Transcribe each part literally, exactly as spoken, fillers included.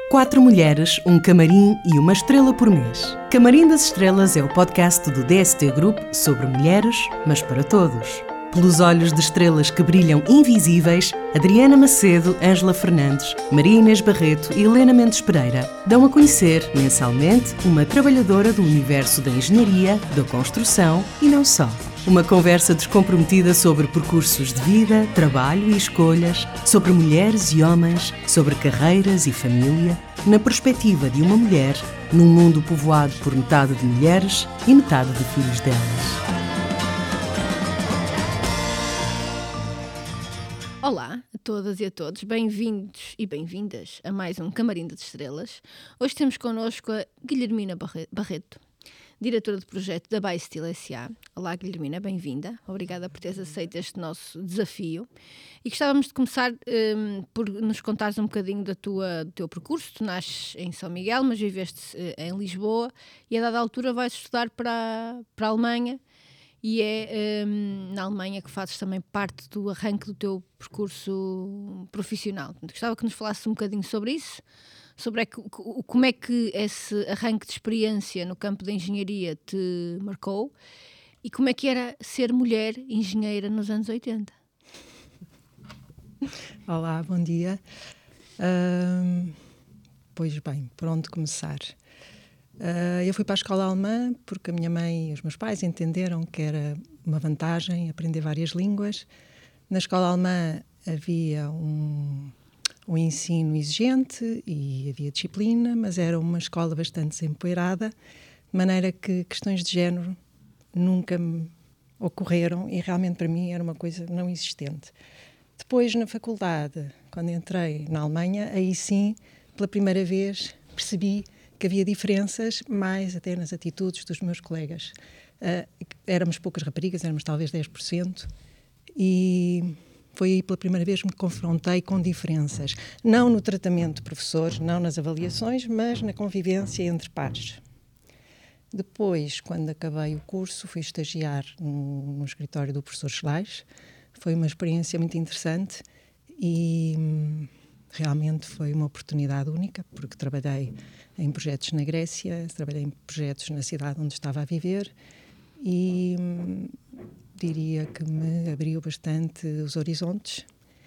Quatro mulheres, um camarim e uma estrela por mês. Camarim das Estrelas é o podcast do D S T Group sobre mulheres, mas para todos. Pelos olhos de estrelas que brilham invisíveis, Adriana Macedo, Ângela Fernandes, Maria Inês Barreto e Helena Mendes Pereira dão a conhecer, mensalmente, uma trabalhadora do universo da engenharia, da construção e não só. Uma conversa descomprometida sobre percursos de vida, trabalho e escolhas, sobre mulheres e homens, sobre carreiras e família, na perspectiva de uma mulher, num mundo povoado por metade de mulheres e metade de filhos delas. Olá a todas e a todos, bem-vindos e bem-vindas a mais um Camarim das Estrelas. Hoje temos connosco a Guilhermina Barreto, diretora de projeto da Bysteel S A. Olá Guilhermina, bem-vinda. Obrigada por teres aceito este nosso desafio. E gostávamos de começar um, por nos contares um bocadinho da tua, do teu percurso. Tu nasces em São Miguel, mas viveste uh, em Lisboa e a dada altura vais estudar para, para a Alemanha. E é um, na Alemanha que fazes também parte do arranque do teu percurso profissional. Gostava que nos falasses um bocadinho sobre isso, sobre é que, como é que esse arranque de experiência no campo da engenharia te marcou e como é que era ser mulher engenheira nos anos oitenta. Olá, bom dia. Uh, pois bem, por onde começar? Uh, eu fui para a escola alemã porque a minha mãe e os meus pais entenderam que era uma vantagem aprender várias línguas. Na escola alemã havia um, um ensino exigente e havia disciplina, mas era uma escola bastante desempoeirada, de maneira que questões de género nunca me ocorreram e realmente para mim era uma coisa não existente. Depois, na faculdade, quando entrei na Alemanha, aí sim, pela primeira vez, percebi que havia diferenças, mais até nas atitudes dos meus colegas. Uh, éramos poucas raparigas, éramos talvez dez por cento, e foi aí pela primeira vez que me confrontei com diferenças. Não no tratamento de professores, não nas avaliações, mas na convivência entre pares. Depois, quando acabei o curso, fui estagiar no, no escritório do professor Schlage. Foi uma experiência muito interessante e hum, realmente foi uma oportunidade única, porque trabalhei em projetos na Grécia, trabalhei em projetos na cidade onde estava a viver e hum, diria que me abriu bastante os horizontes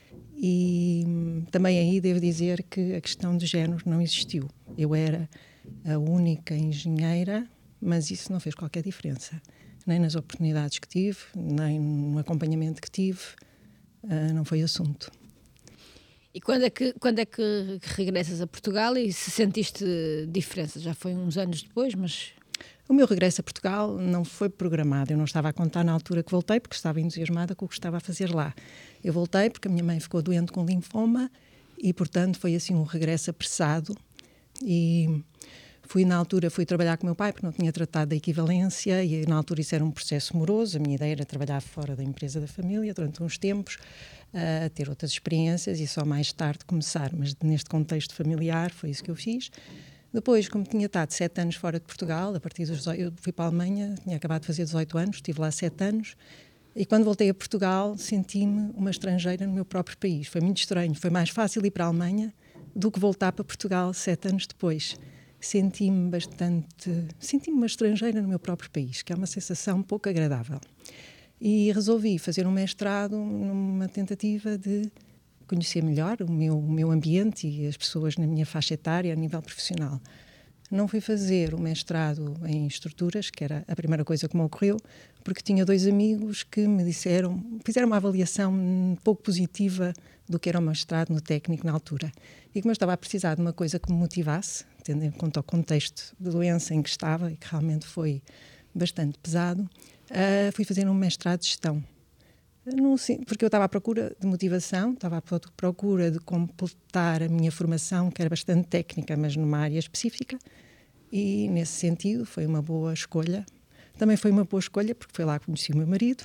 e hum, também aí devo dizer que a questão de género não existiu. Eu era a única engenheira, mas isso não fez qualquer diferença, nem nas oportunidades que tive, nem no acompanhamento que tive, uh, não foi assunto. E quando é, que, quando é que regressas a Portugal e se sentiste diferença? Já foi uns anos depois, mas... O meu regresso a Portugal não foi programado. Eu não estava a contar na altura que voltei, porque estava entusiasmada com o que estava a fazer lá. Eu voltei porque a minha mãe ficou doente com linfoma e, portanto, foi assim um regresso apressado. E fui, na altura, fui trabalhar com o meu pai, porque não tinha tratado da equivalência e, na altura, isso era um processo moroso. A minha ideia era trabalhar fora da empresa da família durante uns tempos, a ter outras experiências e só mais tarde começar, mas neste contexto familiar foi isso que eu fiz. Depois, como tinha estado sete anos fora de Portugal, a partir dos dezoito, eu fui para a Alemanha, tinha acabado de fazer dezoito anos, estive lá sete anos, e quando voltei a Portugal senti-me uma estrangeira no meu próprio país. Foi muito estranho, foi mais fácil ir para a Alemanha do que voltar para Portugal sete anos depois. Senti-me bastante, senti-me uma estrangeira no meu próprio país, que é uma sensação pouco agradável. E resolvi fazer um mestrado numa tentativa de conhecer melhor o meu, o meu ambiente e as pessoas na minha faixa etária a nível profissional. Não fui fazer o mestrado em estruturas, que era a primeira coisa que me ocorreu, porque tinha dois amigos que me disseram, fizeram uma avaliação um pouco positiva do que era o mestrado no técnico na altura. E como eu estava a precisar de uma coisa que me motivasse, tendo em conta o contexto de doença em que estava, e que realmente foi bastante pesado, Uh, fui fazer um mestrado de gestão. Não, porque eu estava à procura de motivação, estava à procura de completar a minha formação, que era bastante técnica, mas numa área específica, e nesse sentido foi uma boa escolha. Também foi uma boa escolha, porque foi lá que conheci o meu marido.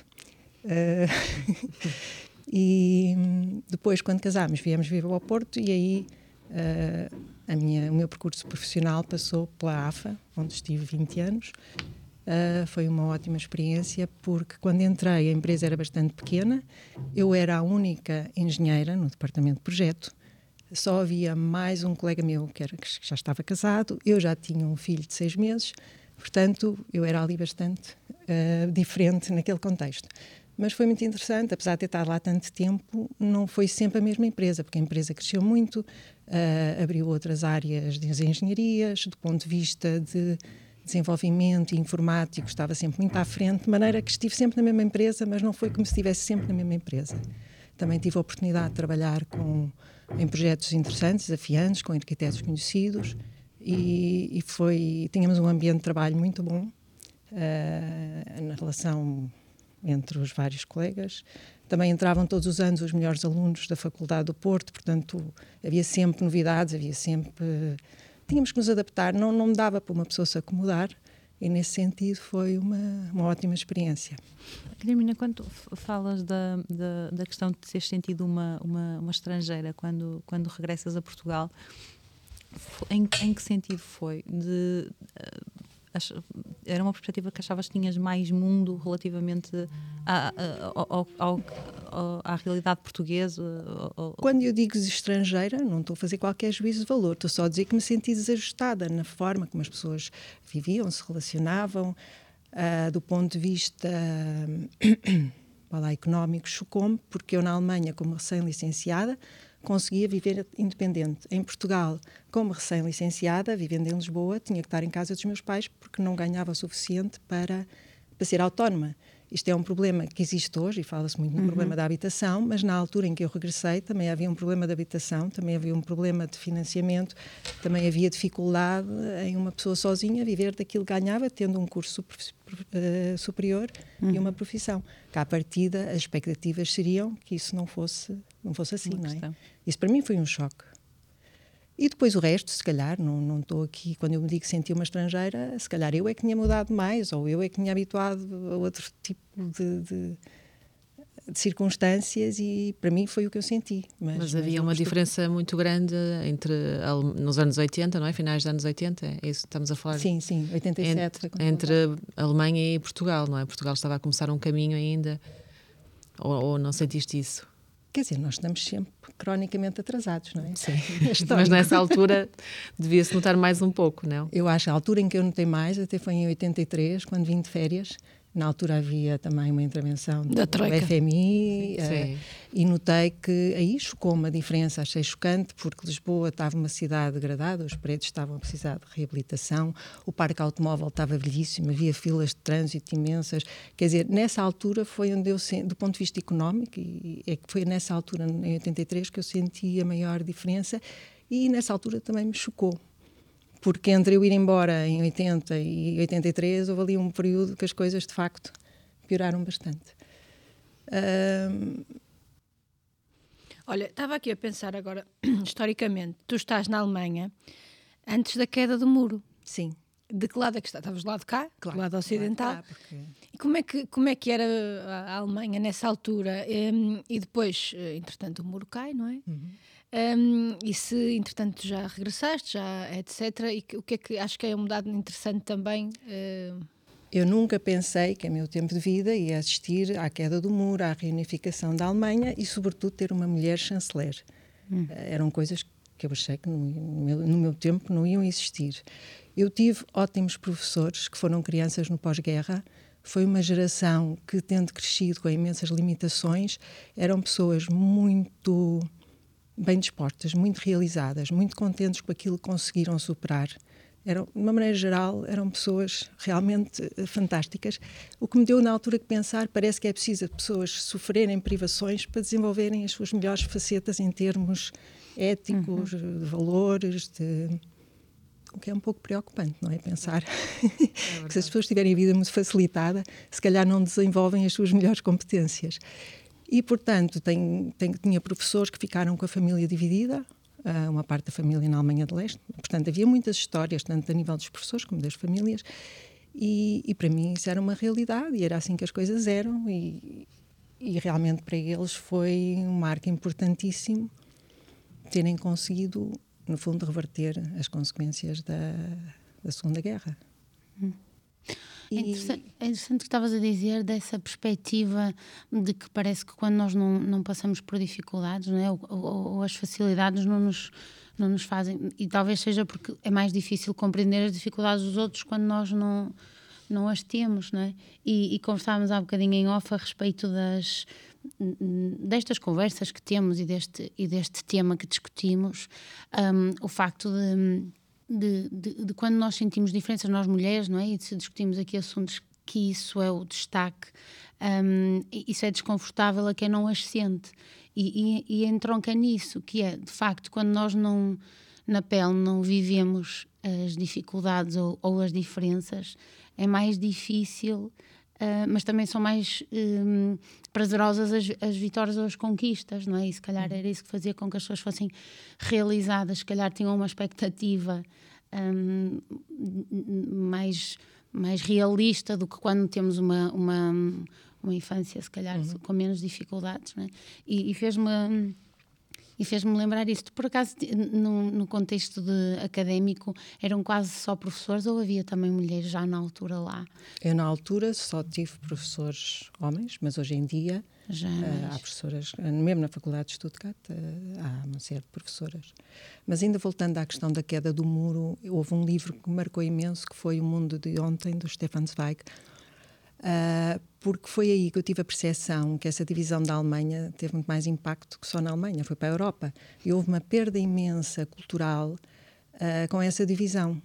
Uh, e depois, quando casámos, viemos viver ao Porto, e aí uh, a minha, o meu percurso profissional passou pela A F A, onde estive vinte anos. Uh, foi uma ótima experiência porque quando entrei a empresa era bastante pequena, eu era a única engenheira no departamento de projeto só havia mais um colega meu que, era, que já estava casado, eu já tinha um filho de seis meses, portanto, eu era ali bastante uh, diferente naquele contexto. Mas foi muito interessante, apesar de ter estado lá tanto tempo, não foi sempre a mesma empresa, porque a empresa cresceu muito, uh, abriu outras áreas de engenharias, do ponto de vista de desenvolvimento e informático, estava sempre muito à frente, de maneira que estive sempre na mesma empresa, mas não foi como se estivesse sempre na mesma empresa. Também tive a oportunidade de trabalhar com, em projetos interessantes, desafiantes, com arquitetos conhecidos, e, e foi, tínhamos um ambiente de trabalho muito bom, uh, na relação entre os vários colegas. Também entravam todos os anos os melhores alunos da Faculdade do Porto, portanto, havia sempre novidades, havia sempre... Tínhamos que nos adaptar, não, não dava para uma pessoa se acomodar, e nesse sentido foi uma, uma ótima experiência. Guilhermina, quando falas da, da, da questão de teres sentido uma, uma, uma estrangeira quando, quando regressas a Portugal, em, em que sentido foi? De... Era uma perspectiva que achavas que tinhas mais mundo relativamente à, à, à, à, à realidade portuguesa? Quando eu digo estrangeira, não estou a fazer qualquer juízo de valor, estou só a dizer que me senti desajustada na forma como as pessoas viviam, se relacionavam, uh, do ponto de vista uh, lá, económico, chocou-me, porque eu na Alemanha, como recém-licenciada, conseguia viver independente. Em Portugal, como recém-licenciada, vivendo em Lisboa, tinha que estar em casa dos meus pais porque não ganhava o suficiente para, para ser autónoma. Isto é um problema que existe hoje, e fala-se muito no uhum. problema da habitação, mas na altura em que eu regressei também havia um problema de habitação, também havia um problema de financiamento, também havia dificuldade em uma pessoa sozinha viver daquilo que ganhava, tendo um curso super, uh, superior uhum. e uma profissão. Que à partida as expectativas seriam que isso não fosse, não fosse assim, não é? Isso para mim foi um choque. E depois o resto, se calhar, não, não estou aqui, quando eu me digo que senti uma estrangeira, se calhar eu é que tinha mudado mais, ou eu é que tinha habituado a outro tipo de, de, de circunstâncias, e para mim foi o que eu senti. Mas, mas havia mas uma diferença estou... muito grande entre, nos anos oitenta, não é? Finais dos anos oitenta, é isso que estamos a falar? Sim, sim, oitenta e sete. Entre, entre a Alemanha e Portugal, não é? Portugal estava a começar um caminho ainda, ou, ou não sentiste isso? Quer dizer, nós estamos sempre cronicamente atrasados, não é? Sim, mas nessa altura devia-se notar mais um pouco, não? Eu acho que a altura em que eu notei mais até foi em oitenta e três, quando vim de férias. Na altura havia também uma intervenção do, do F M I, uh, e notei que aí chocou uma diferença, achei chocante, porque Lisboa estava uma cidade degradada, os prédios estavam a precisar de reabilitação, o parque automóvel estava velhíssimo, havia filas de trânsito imensas. Quer dizer, nessa altura foi onde eu, do ponto de vista económico, e é que foi nessa altura, em oitenta e três, que eu senti a maior diferença, e nessa altura também me chocou. Porque entre eu ir embora em oitenta e oitenta e três, houve ali um período que as coisas, de facto, pioraram bastante. Um... Olha, estava aqui a pensar agora, historicamente, tu estás na Alemanha antes da queda do muro. Sim. De que lado é que está? Estavas do lado de cá? Claro, do lado ocidental? Claro, porque... E como é, que, como é que era a Alemanha nessa altura? Um, e depois, entretanto, o muro cai, não é? Uhum. Um, e se, entretanto, já regressaste, já etcétera. E que, o que é que acho que é um dado interessante também? Uh... Eu nunca pensei que, a meu tempo de vida, ia assistir à queda do muro, à reunificação da Alemanha e, sobretudo, ter uma mulher chanceler. Hum. Uh, eram coisas que eu achei que no, no, meu, no meu tempo não iam existir. Eu tive ótimos professores que foram crianças no pós-guerra. Foi uma geração que, tendo crescido com imensas limitações, eram pessoas muito bem dispostas, muito realizadas, muito contentes com aquilo que conseguiram superar. Eram, de uma maneira geral, eram pessoas realmente uh, fantásticas. O que me deu na altura que pensar, parece que é preciso pessoas sofrerem privações para desenvolverem as suas melhores facetas em termos éticos, uhum. de valores, de... o que é um pouco preocupante, não é? Pensar é que se as pessoas tiverem a vida muito facilitada, se calhar não desenvolvem as suas melhores competências. E, portanto, tem, tem, tinha professores que ficaram com a família dividida, uh, uma parte da família na Alemanha de Leste. Portanto, havia muitas histórias, tanto a nível dos professores como das famílias, e, e para mim isso era uma realidade, e era assim que as coisas eram, e, e realmente para eles foi um marco importantíssimo terem conseguido, no fundo, reverter as consequências da, da Segunda Guerra. Hum. É interessante, é interessante o que estavas a dizer dessa perspectiva de que parece que quando nós não, não passamos por dificuldades, não é? ou, ou, ou as facilidades não nos, não nos fazem, e talvez seja porque é mais difícil compreender as dificuldades dos outros quando nós não, não as temos, não é? E, e conversávamos há um bocadinho em off a respeito das, destas conversas que temos e deste, e deste tema que discutimos, um, o facto de De, de, de quando nós sentimos diferenças, nós mulheres, não é? E se discutimos aqui assuntos que isso é o destaque, um, isso é desconfortável a quem não as sente. E, e, e entronca nisso, que é, de facto, quando nós não, na pele, não vivemos as dificuldades ou, ou as diferenças, é mais difícil, uh, mas também são mais um, prazerosas as, as vitórias ou as conquistas, não é? E se calhar era isso que fazia com que as pessoas fossem realizadas, se calhar tinham uma expectativa um, mais, mais realista do que quando temos uma, uma, uma infância, se calhar, uhum. com menos dificuldades, não é? E, e fez-me... E fez-me lembrar isto. Por acaso, no, no contexto de académico, eram quase só professores ou havia também mulheres já na altura lá? Eu, na altura, só tive professores homens, mas hoje em dia já uh, há professoras, mesmo na Faculdade de Stuttgart, uh, há uma série de professoras. Mas ainda voltando à questão da queda do muro, houve um livro que me marcou imenso, que foi O Mundo de Ontem, do Stefan Zweig, Uh, porque foi aí que eu tive a percepção que essa divisão da Alemanha teve muito mais impacto que só na Alemanha, foi para a Europa. E houve uma perda imensa cultural uh, com essa divisão.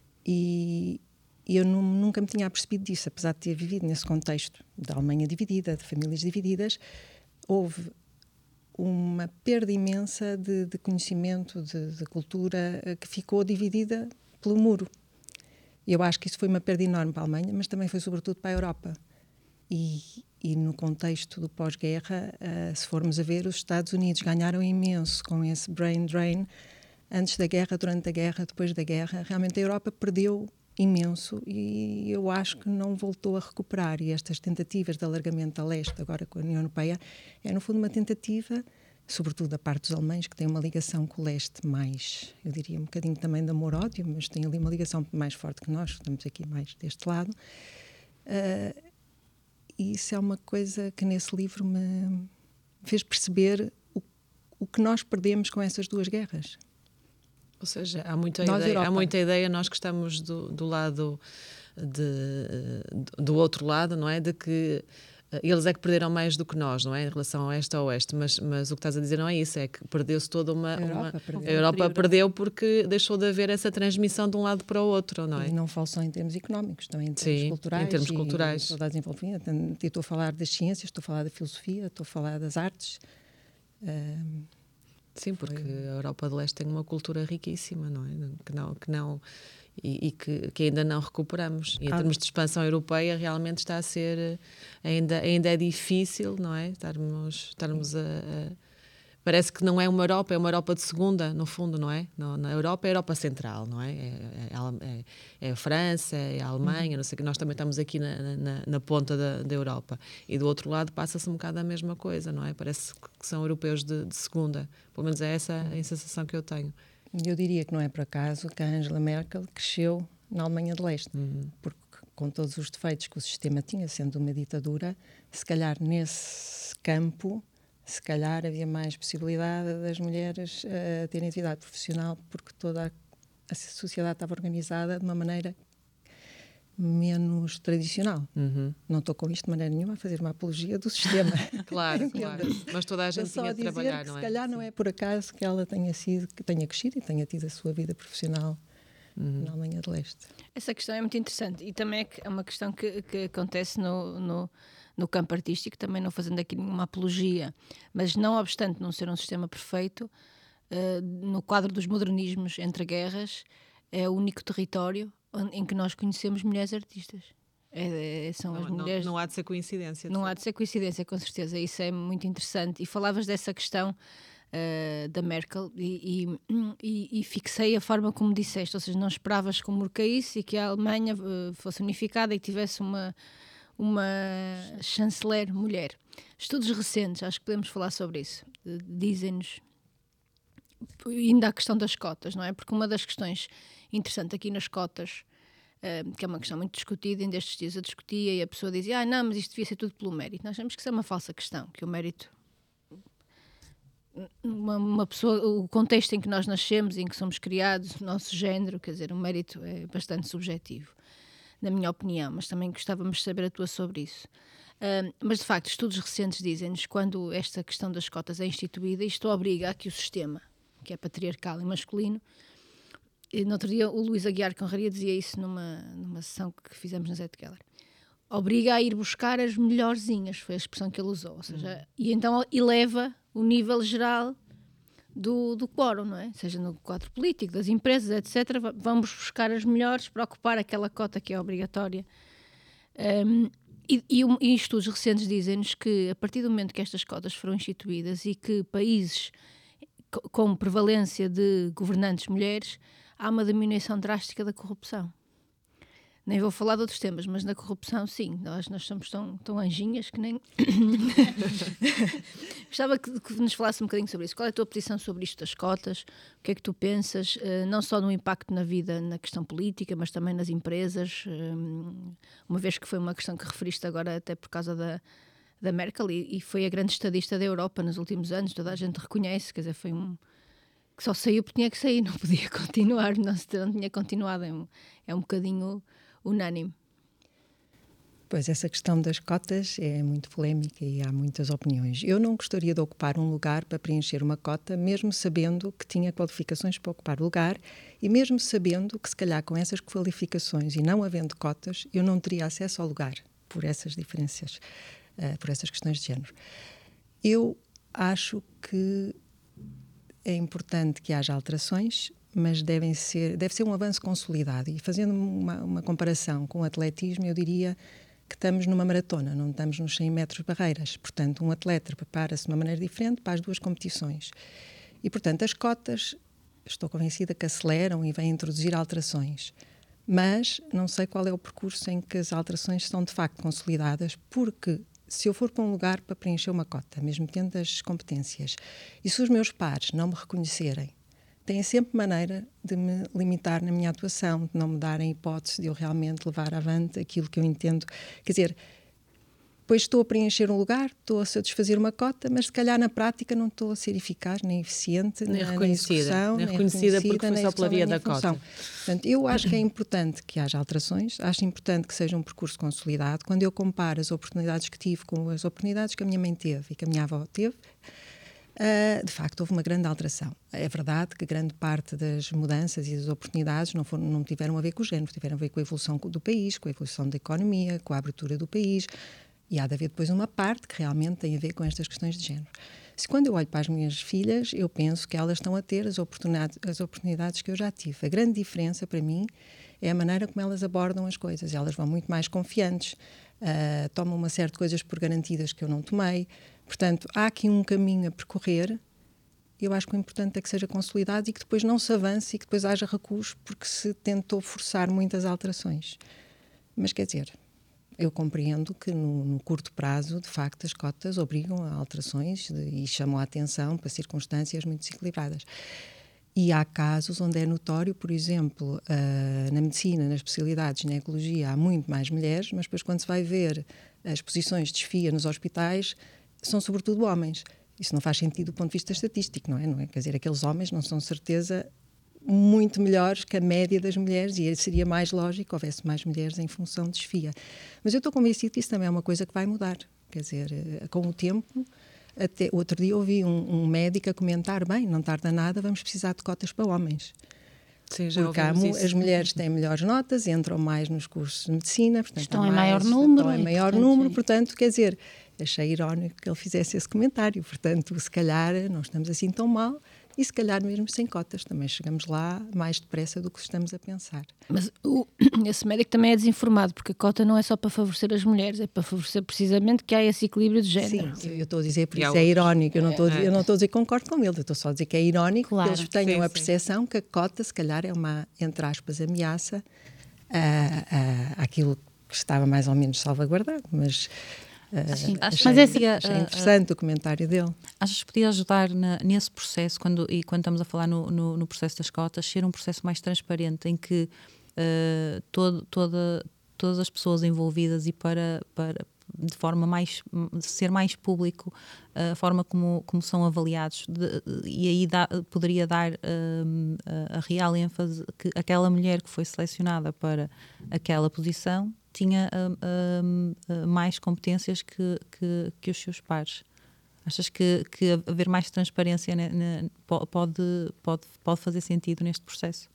E, e eu não, nunca me tinha apercebido disso, apesar de ter vivido nesse contexto da Alemanha dividida, de famílias divididas. Houve uma perda imensa de, de conhecimento, de, de cultura, uh, que ficou dividida pelo muro. Eu acho que isso foi uma perda enorme para a Alemanha, mas também foi sobretudo para a Europa. E, e no contexto do pós-guerra, uh, se formos a ver, os Estados Unidos ganharam imenso com esse brain drain. Antes da guerra, durante a guerra, depois da guerra, realmente a Europa perdeu imenso e eu acho que não voltou a recuperar. E estas tentativas de alargamento a leste, agora com a União Europeia, é no fundo uma tentativa, sobretudo da parte dos alemães, que tem uma ligação com o leste mais, eu diria, um bocadinho também de amor-ódio, mas tem ali uma ligação mais forte que nós, que estamos aqui mais deste lado. Uh, e isso é uma coisa que nesse livro me fez perceber o, o que nós perdemos com essas duas guerras. Ou seja, há muita, ideia, há muita ideia, nós que estamos do, do lado, de, do outro lado, não é? De que eles é que perderam mais do que nós, não é? Em relação ao oeste a oeste, mas, mas o que estás a dizer não é isso, é que perdeu-se toda uma... A Europa, uma, perdeu. A Europa perdeu porque deixou de haver essa transmissão de um lado para o outro, não é? E não falo só em termos económicos, também em termos Sim, culturais. em termos e, culturais. E desenvolvimento. Estou a falar das ciências, estou a falar da filosofia, estou a falar das artes. Um, Sim, porque foi... a Europa de Leste tem uma cultura riquíssima, não é? Que não... Que não E, e que, que ainda não recuperamos. E em ah. termos de expansão europeia realmente está a ser, ainda, ainda é difícil, não é? Estarmos, estarmos a, a... Parece que não é uma Europa, é uma Europa de segunda, no fundo, não é? No, na Europa é a Europa Central, não é? É, é, é a França, é a Alemanha, uhum. não sei o que. Nós também estamos aqui na, na, na ponta da, da Europa. E do outro lado passa-se um bocado a mesma coisa, não é? Parece que são europeus de, de segunda. Pelo menos é essa a sensação que eu tenho. Eu diria que não é por acaso que a Angela Merkel cresceu na Alemanha de Leste, uhum. porque com todos os defeitos que o sistema tinha, sendo uma ditadura, se calhar nesse campo, se calhar havia mais possibilidade das mulheres uh, terem atividade profissional, porque toda a, a sociedade estava organizada de uma maneira menos tradicional. Uhum. Não estou com isto de maneira nenhuma a fazer uma apologia do sistema. Claro, claro. Mas toda a gente tinha de trabalhar, que, não é? Se calhar não é por acaso que ela tenha sido, que tenha crescido e tenha tido a sua vida profissional uhum. na Alemanha de Leste. Essa questão é muito interessante e também é uma questão que, que acontece no, no, no campo artístico, também não fazendo aqui nenhuma apologia, mas não obstante não ser um sistema perfeito, uh, no quadro dos modernismos entre guerras, é o único território em que nós conhecemos mulheres artistas. É, é, são não, as mulheres... não, não há de ser coincidência. Não há de ser coincidência, com certeza. Isso é muito interessante. E falavas dessa questão uh, da Merkel e, e, e, e fixei a forma como disseste, ou seja, não esperavas que o muro caísse e que a Alemanha uh, fosse unificada e que tivesse uma, uma chanceler mulher. Estudos recentes, acho que podemos falar sobre isso, uh, dizem-nos, ainda a questão das cotas, não é? Porque uma das questões interessantes aqui nas cotas uh, que é uma questão muito discutida, ainda estes dias eu discutia e a pessoa dizia, ah, não, mas isto devia ser tudo pelo mérito. Nós achamos que isso é uma falsa questão, que o mérito... Uma, uma pessoa, o contexto em que nós nascemos, em que somos criados, o nosso género, quer dizer, o mérito é bastante subjetivo, na minha opinião, mas também gostávamos de saber a tua sobre isso. Uh, mas, de facto, estudos recentes dizem-nos que quando esta questão das cotas é instituída, isto obriga a que o sistema, que é patriarcal e masculino, e no outro dia o Luís Aguiar Conraria dizia isso numa, numa sessão que fizemos na Zé de Keller, obriga a ir buscar as melhorzinhas, foi a expressão que ele usou, ou seja, hum. e então eleva o nível geral do, do quórum, não é? Seja no quadro político, das empresas, etcétera. Vamos buscar as melhores para ocupar aquela cota que é obrigatória. Um, e, e, e estudos recentes dizem-nos que, a partir do momento que estas cotas foram instituídas e que países com prevalência de governantes mulheres, há uma diminuição drástica da corrupção. Nem vou falar de outros temas, mas na corrupção, sim. Nós, nós somos tão, tão anjinhas que nem... Gostava que, que nos falasse um bocadinho sobre isso. Qual é a tua posição sobre isto das cotas? O que é que tu pensas? Uh, não só no impacto na vida, na questão política, mas também nas empresas. Um, uma vez que foi uma questão que referiste agora até por causa da, da Merkel e, e foi a grande estadista da Europa nos últimos anos. Toda a gente reconhece. Quer dizer, foi um... que só saiu porque tinha que sair. Não podia continuar. Não, não tinha continuado. É um, é um bocadinho... unânime. Pois, essa questão das cotas é muito polémica e há muitas opiniões. Eu não gostaria de ocupar um lugar para preencher uma cota, mesmo sabendo que tinha qualificações para ocupar o lugar e mesmo sabendo que, se calhar, com essas qualificações e não havendo cotas, eu não teria acesso ao lugar por essas diferenças, uh, por essas questões de género. Eu acho que é importante que haja alterações, mas devem ser, deve ser um avanço consolidado. E fazendo uma, uma comparação com o atletismo, eu diria que estamos numa maratona, não estamos nos cem metros barreiras. Portanto, um atleta prepara-se de uma maneira diferente para as duas competições. E, portanto, as cotas, estou convencida que aceleram e vêm introduzir alterações. Mas não sei qual é o percurso em que as alterações estão, de facto, consolidadas, porque se eu for para um lugar para preencher uma cota, mesmo tendo as competências, e se os meus pares não me reconhecerem, têm sempre maneira de me limitar na minha atuação, de não me darem hipótese de eu realmente levar avante aquilo que eu entendo. Quer dizer, depois estou a preencher um lugar, estou a satisfazer uma cota, mas se calhar na prática não estou a ser eficaz, nem eficiente, nem na, reconhecida, na execução, nem reconhecida porque foi só pela via da função. cota. Portanto, eu acho que é importante que haja alterações, acho importante que seja um percurso consolidado. Quando eu comparo as oportunidades que tive com as oportunidades que a minha mãe teve e que a minha avó teve, Uh, de facto, houve uma grande alteração. É verdade que grande parte das mudanças e das oportunidades não, foram, não tiveram a ver com o género, tiveram a ver com a evolução do país, com a evolução da economia, com a abertura do país, e há de haver depois uma parte que realmente tem a ver com estas questões de género. Se quando eu olho para as minhas filhas, eu penso que elas estão a ter as oportunidades, as oportunidades que eu já tive. A grande diferença para mim é a maneira como elas abordam as coisas. Elas vão muito mais confiantes, uh, tomam uma série de coisas por garantidas que eu não tomei. Portanto, há aqui um caminho a percorrer e eu acho que o importante é que seja consolidado e que depois não se avance e que depois haja recuos porque se tentou forçar muitas alterações. Mas, quer dizer, eu compreendo que no, no curto prazo, de facto, as cotas obrigam a alterações de, e chamam a atenção para circunstâncias muito desequilibradas. E há casos onde é notório, por exemplo, uh, na medicina, nas especialidades de ginecologia, há muito mais mulheres, mas depois quando se vai ver as posições de desfia nos hospitais, são sobretudo homens. Isso não faz sentido do ponto de vista estatístico, não é? Não é? Quer dizer, aqueles homens não são, de certeza, muito melhores que a média das mulheres e seria mais lógico que houvesse mais mulheres em função de desfia. Mas eu estou convencida que isso também é uma coisa que vai mudar. Quer dizer, com o tempo, até outro dia ouvi um, um médico a comentar, bem, não tarda nada, vamos precisar de cotas para homens. Sim, já porque há, as mulheres têm melhores notas, entram mais nos cursos de medicina, portanto, estão em mais, maior número. Estão em maior portanto, número, é. portanto, quer dizer, achei irónico que ele fizesse esse comentário. Portanto, se calhar não estamos assim tão mal e se calhar mesmo sem cotas também chegamos lá mais depressa do que estamos a pensar. Mas o, esse médico também é desinformado, porque a cota não é só para favorecer as mulheres, é para favorecer precisamente que há esse equilíbrio de género. Sim, eu estou a dizer, por E isso é irónico, eu não estou, é. eu não estou a dizer que concordo com ele, eu estou só a dizer que é irónico Claro. que eles tenham Sim, a sim. percepção que a cota se calhar é uma, entre aspas, ameaça a, a, àquilo que estava mais ou menos salvaguardado, mas... Sim, Uh, acho- achei, mas esse- achei interessante uh, o comentário dele. Achas que podia ajudar na, nesse processo, quando, e quando estamos a falar no, no, no processo das cotas, ser um processo mais transparente, em que uh, todo, toda, todas as pessoas envolvidas e para, para de forma mais, de ser mais público a forma como, como são avaliados de, e aí dá, poderia dar uh, a, a real ênfase que aquela mulher que foi selecionada para aquela posição tinha uh, uh, uh, mais competências que, que, que os seus pares. Achas que, que haver mais transparência ne, ne, pode, pode, pode fazer sentido neste processo?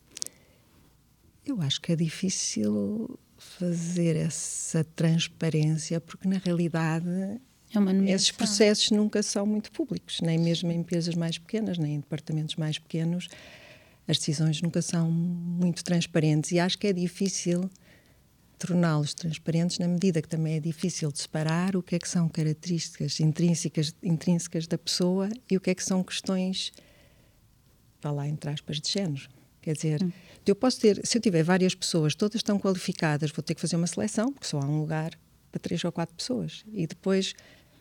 Eu acho que é difícil fazer essa transparência, porque na realidade é esses processos nunca são muito públicos, nem mesmo em empresas mais pequenas, nem em departamentos mais pequenos, as decisões nunca são muito transparentes, e acho que é difícil torná-los transparentes na medida que também é difícil de separar o que é que são características intrínsecas, intrínsecas da pessoa e o que é que são questões, vá lá, entre aspas, de género. Quer dizer, hum. eu posso ter, se eu tiver várias pessoas, todas estão qualificadas, vou ter que fazer uma seleção, porque só há um lugar para três ou quatro pessoas. E depois,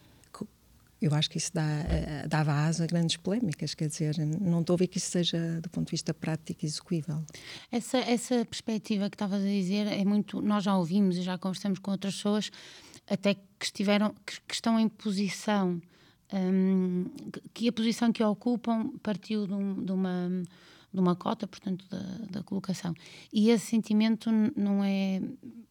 eu acho que isso dá, dá vaso a grandes polémicas, quer dizer, não estou a ver que isso seja, do ponto de vista prático, execuível. Essa, essa perspectiva que estavas a dizer é muito, nós já ouvimos e já conversamos com outras pessoas, até que estiveram, que, que estão em posição, hum, que a posição que ocupam partiu de, um, de uma... de uma cota, portanto, da, da colocação. E esse sentimento não é...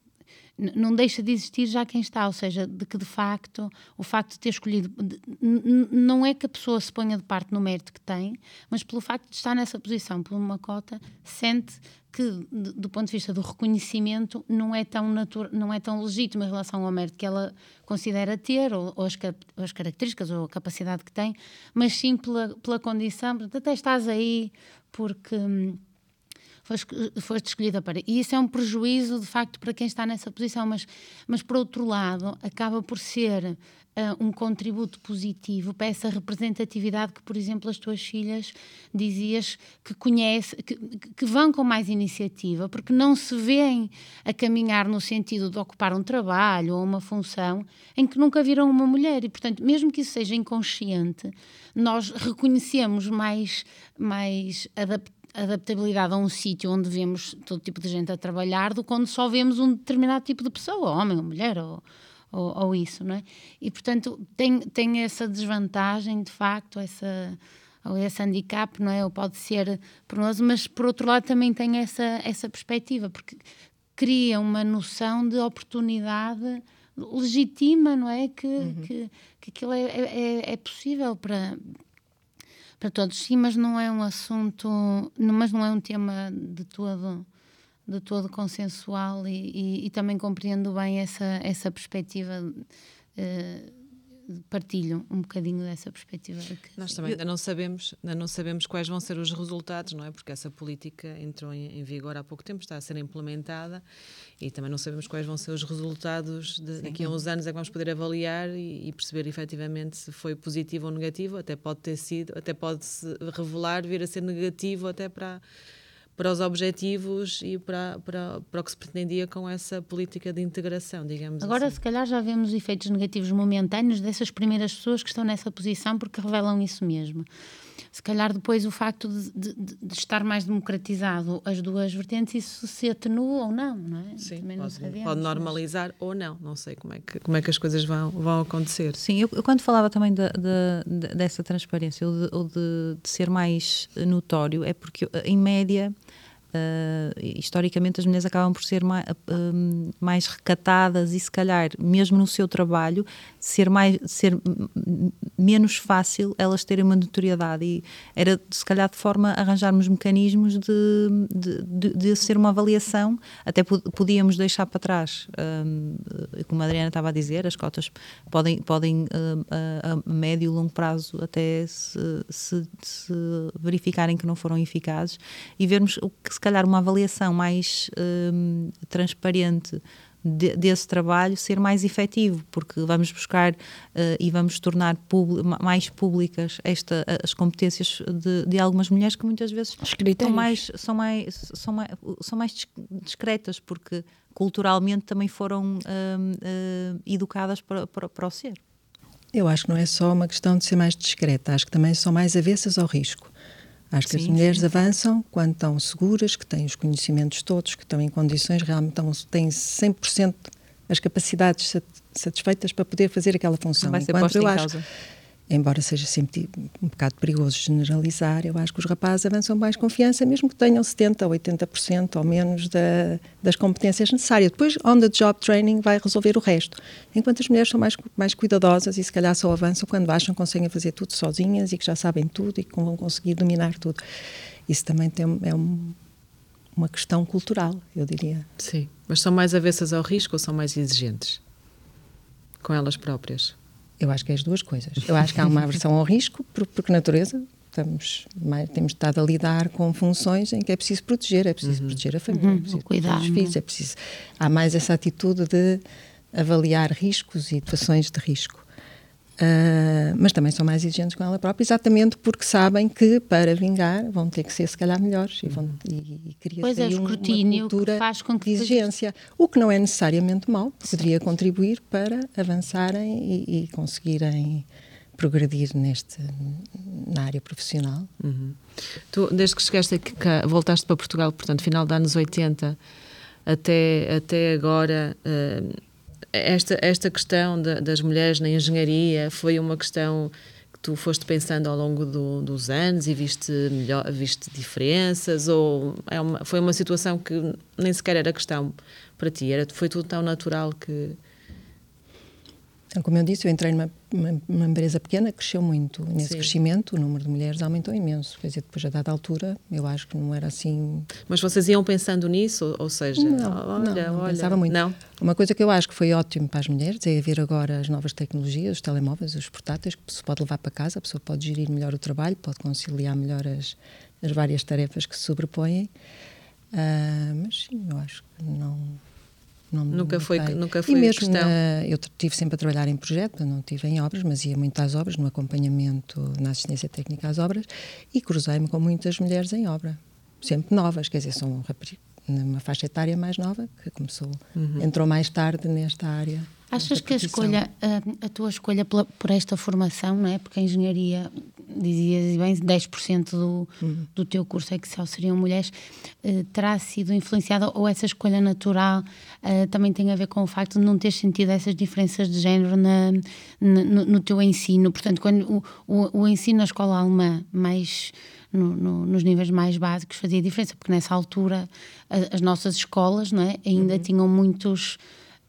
não deixa de existir já quem está, ou seja, de que de facto, o facto de ter escolhido, de, não é que a pessoa se ponha de parte no mérito que tem, mas pelo facto de estar nessa posição, por uma cota, sente que, de, do ponto de vista do reconhecimento, não é tão, natura, não é tão legítimo em relação ao mérito que ela considera ter, ou, ou, as, ou as características, ou a capacidade que tem, mas sim pela, pela condição, portanto, até estás aí porque hum, foste, foste escolhida para... E isso é um prejuízo, de facto, para quem está nessa posição, mas, mas por outro lado, acaba por ser uh, um contributo positivo para essa representatividade que, por exemplo, as tuas filhas, dizias, que conhecem, que, que vão com mais iniciativa, porque não se veem a caminhar no sentido de ocupar um trabalho ou uma função em que nunca viram uma mulher. E, portanto, mesmo que isso seja inconsciente, nós reconhecemos mais, mais adaptação, adaptabilidade a um sítio onde vemos todo tipo de gente a trabalhar do que quando só vemos um determinado tipo de pessoa, homem ou mulher, ou, ou, ou isso, não é? E, portanto, tem, tem essa desvantagem, de facto, essa, ou esse handicap, não é? Ou pode ser penoso, mas, por outro lado, também tem essa, essa perspectiva, porque cria uma noção de oportunidade legítima, não é? Que, uhum. que, que aquilo é, é, é possível para... para todos, sim, mas não é um assunto, mas não é um tema de todo, de todo consensual, e, e, e também compreendo bem essa, essa perspectiva, uh, partilho um bocadinho dessa perspectiva. De que... Nós também ainda não sabemos, ainda não sabemos quais vão ser os resultados, não é? Porque essa política entrou em, em vigor há pouco tempo, está a ser implementada, e também não sabemos quais vão ser os resultados de, daqui a uns anos é que vamos poder avaliar e, e perceber efetivamente se foi positivo ou negativo. Até pode ter sido, até pode-se revelar, vir a ser negativo até para, para os objetivos e para, para, para o que se pretendia com essa política de integração, digamos Agora, assim. se calhar já vemos efeitos negativos momentâneos dessas primeiras pessoas que estão nessa posição, porque revelam isso mesmo. Se calhar depois o facto de, de, de estar mais democratizado as duas vertentes, isso se atenua ou não, não é? Sim, Também pode, não sabemos, pode normalizar mas... ou não, não sei como é que, como é que as coisas vão, vão acontecer. Sim, eu, eu quando falava também de, de, de, dessa transparência ou, de, ou de, de ser mais notório, é porque em média... Uh, historicamente as mulheres acabam por ser mais, uh, mais recatadas e se calhar mesmo no seu trabalho ser, mais, ser menos fácil elas terem uma notoriedade, e era se calhar de forma a arranjarmos mecanismos de, de, de, de ser uma avaliação, até podíamos deixar para trás, um, como a Adriana estava a dizer, as cotas podem, podem uh, a, a médio e longo prazo até se, se, se verificarem que não foram eficazes, e vermos o que se calhar uma avaliação mais hum, transparente de, desse trabalho ser mais efetivo, porque vamos buscar uh, e vamos tornar pub, mais públicas esta, as competências de, de algumas mulheres que muitas vezes são mais, são, mais, são, mais, são mais discretas, porque culturalmente também foram hum, uh, educadas para, para, para o ser. Eu acho que não é só uma questão de ser mais discreta, acho que também são mais avessas ao risco. Acho que Sim, as mulheres sim. avançam quando estão seguras, que têm os conhecimentos todos, que estão em condições, realmente estão, têm cem por cento as capacidades satisfeitas para poder fazer aquela função. Não vai ser Enquanto posta eu em acho, causa. embora seja sempre um bocado perigoso generalizar, eu acho que os rapazes avançam com mais confiança, mesmo que tenham setenta por cento, oitenta por cento ou menos da, das competências necessárias. Depois, on the job training vai resolver o resto. Enquanto as mulheres são mais, mais cuidadosas e se calhar só avançam quando acham que conseguem fazer tudo sozinhas e que já sabem tudo e que vão conseguir dominar tudo. Isso também tem, é um, uma questão cultural, eu diria. Sim, mas são mais avessas ao risco ou são mais exigentes com elas próprias? Eu acho que é as duas coisas. Eu acho que há uma aversão ao risco, porque natureza, estamos mais, temos estado a lidar com funções em que é preciso proteger, é preciso uhum. proteger a família, Uhum, é preciso cuidar, proteger os filhos, é preciso... Há mais essa atitude de avaliar riscos e situações de risco. Uh, mas também são mais exigentes com ela própria, exatamente porque sabem que para vingar vão ter que ser se calhar melhores e, vão, e, e cria-se aí é, um, uma cultura faz com que de exigência, o que não é necessariamente mau, poderia contribuir para avançarem e, e conseguirem progredir neste, na área profissional. Uhum. Tu, desde que chegaste aqui, cá, voltaste para Portugal, portanto, final dos anos oitenta até, até agora... Uh, Esta, esta questão de, das mulheres na engenharia foi uma questão que tu foste pensando ao longo do, dos anos e viste, melhor, viste diferenças, ou é uma, foi uma situação que nem sequer era questão para ti, era, foi tudo tão natural que... Então, como eu disse, eu entrei numa, uma, uma empresa pequena, cresceu muito. Nesse Sim. crescimento, o número de mulheres aumentou imenso. Quer dizer, depois, a dada altura, eu acho que não era assim... Mas vocês iam pensando nisso? Ou seja, não, olha, não, não olha, pensava muito. Não? Uma coisa que eu acho que foi ótimo para as mulheres é haver agora as novas tecnologias, os telemóveis, os portáteis, que se pode levar para casa, a pessoa pode gerir melhor o trabalho, pode conciliar melhor as, as várias tarefas que se sobrepõem. Uh, mas sim, eu acho que não... Não, nunca, foi, nunca foi e mesmo questão. Na, eu estive sempre a trabalhar em projeto, não estive em obras, mas ia muito às obras, no acompanhamento, na assistência técnica às obras, e cruzei-me com muitas mulheres em obra, sempre novas, quer dizer, são numa faixa etária mais nova, que começou, uhum. entrou mais tarde nesta área. Achas que a escolha, a, a tua escolha pela, por esta formação, não é? Porque a engenharia, dizias bem, dez por cento do, uhum. do teu curso é que só seriam mulheres, eh, terá sido influenciada, ou essa escolha natural eh, também tem a ver com o facto de não ter sentido essas diferenças de género na, na, no, no teu ensino? Portanto, quando o, o, o ensino na escola alemã, mais... No, no, nos níveis mais básicos, fazia diferença, porque nessa altura a, as nossas escolas, não é? Ainda uhum. tinham muitos...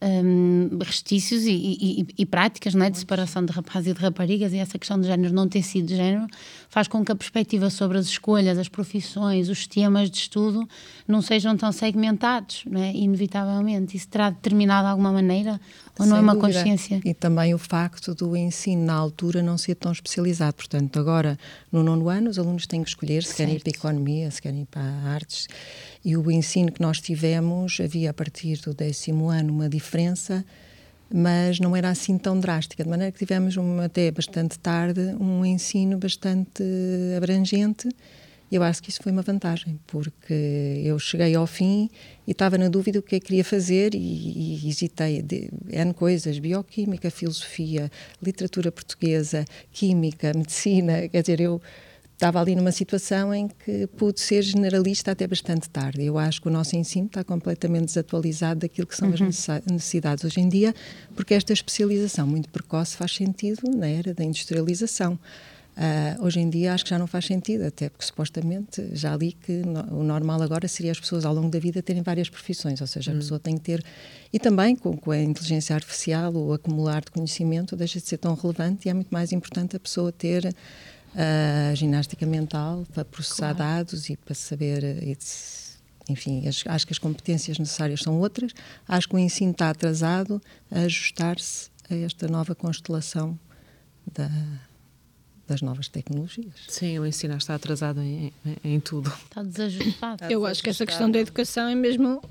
Um, restícios e, e, e práticas, não é? De separação de rapazes e de raparigas, e essa questão de género não ter sido de género faz com que a perspectiva sobre as escolhas, as profissões, os temas de estudo não sejam tão segmentados, não é? Inevitavelmente. Isso terá determinado de alguma maneira ou não é uma dúvida. Consciência? E também o facto do ensino na altura não ser tão especializado. Portanto, agora no nono ano os alunos têm que escolher se certo. querem ir para a economia, se querem ir para artes, e o ensino que nós tivemos, havia a partir do décimo ano uma diferença, mas não era assim tão drástica, de maneira que tivemos uma, até bastante tarde um ensino bastante abrangente. E eu acho que isso foi uma vantagem, porque eu cheguei ao fim e estava na dúvida o que é que queria fazer, e, e hesitei de N coisas: bioquímica, filosofia, literatura portuguesa, química, medicina. Quer dizer, eu estava ali numa situação em que pude ser generalista até bastante tarde. Eu acho que o nosso ensino está completamente desatualizado daquilo que são uhum. as necessidades hoje em dia, porque esta especialização muito precoce faz sentido na era da industrialização. Uh, hoje em dia acho que já não faz sentido, até porque supostamente já li que no, o normal agora seria as pessoas ao longo da vida terem várias profissões, ou seja, a hum. pessoa tem que ter, e também com, com a inteligência artificial, o acumular de conhecimento deixa de ser tão relevante, e é muito mais importante a pessoa ter a uh, ginástica mental para processar claro. dados e para saber, e, enfim, as, acho que as competências necessárias são outras. Acho que o ensino está atrasado a ajustar-se a esta nova constelação da das novas tecnologias. Sim, o ensino está atrasado em, em, em tudo. Está desajustado. Está Eu acho que essa questão da educação é mesmo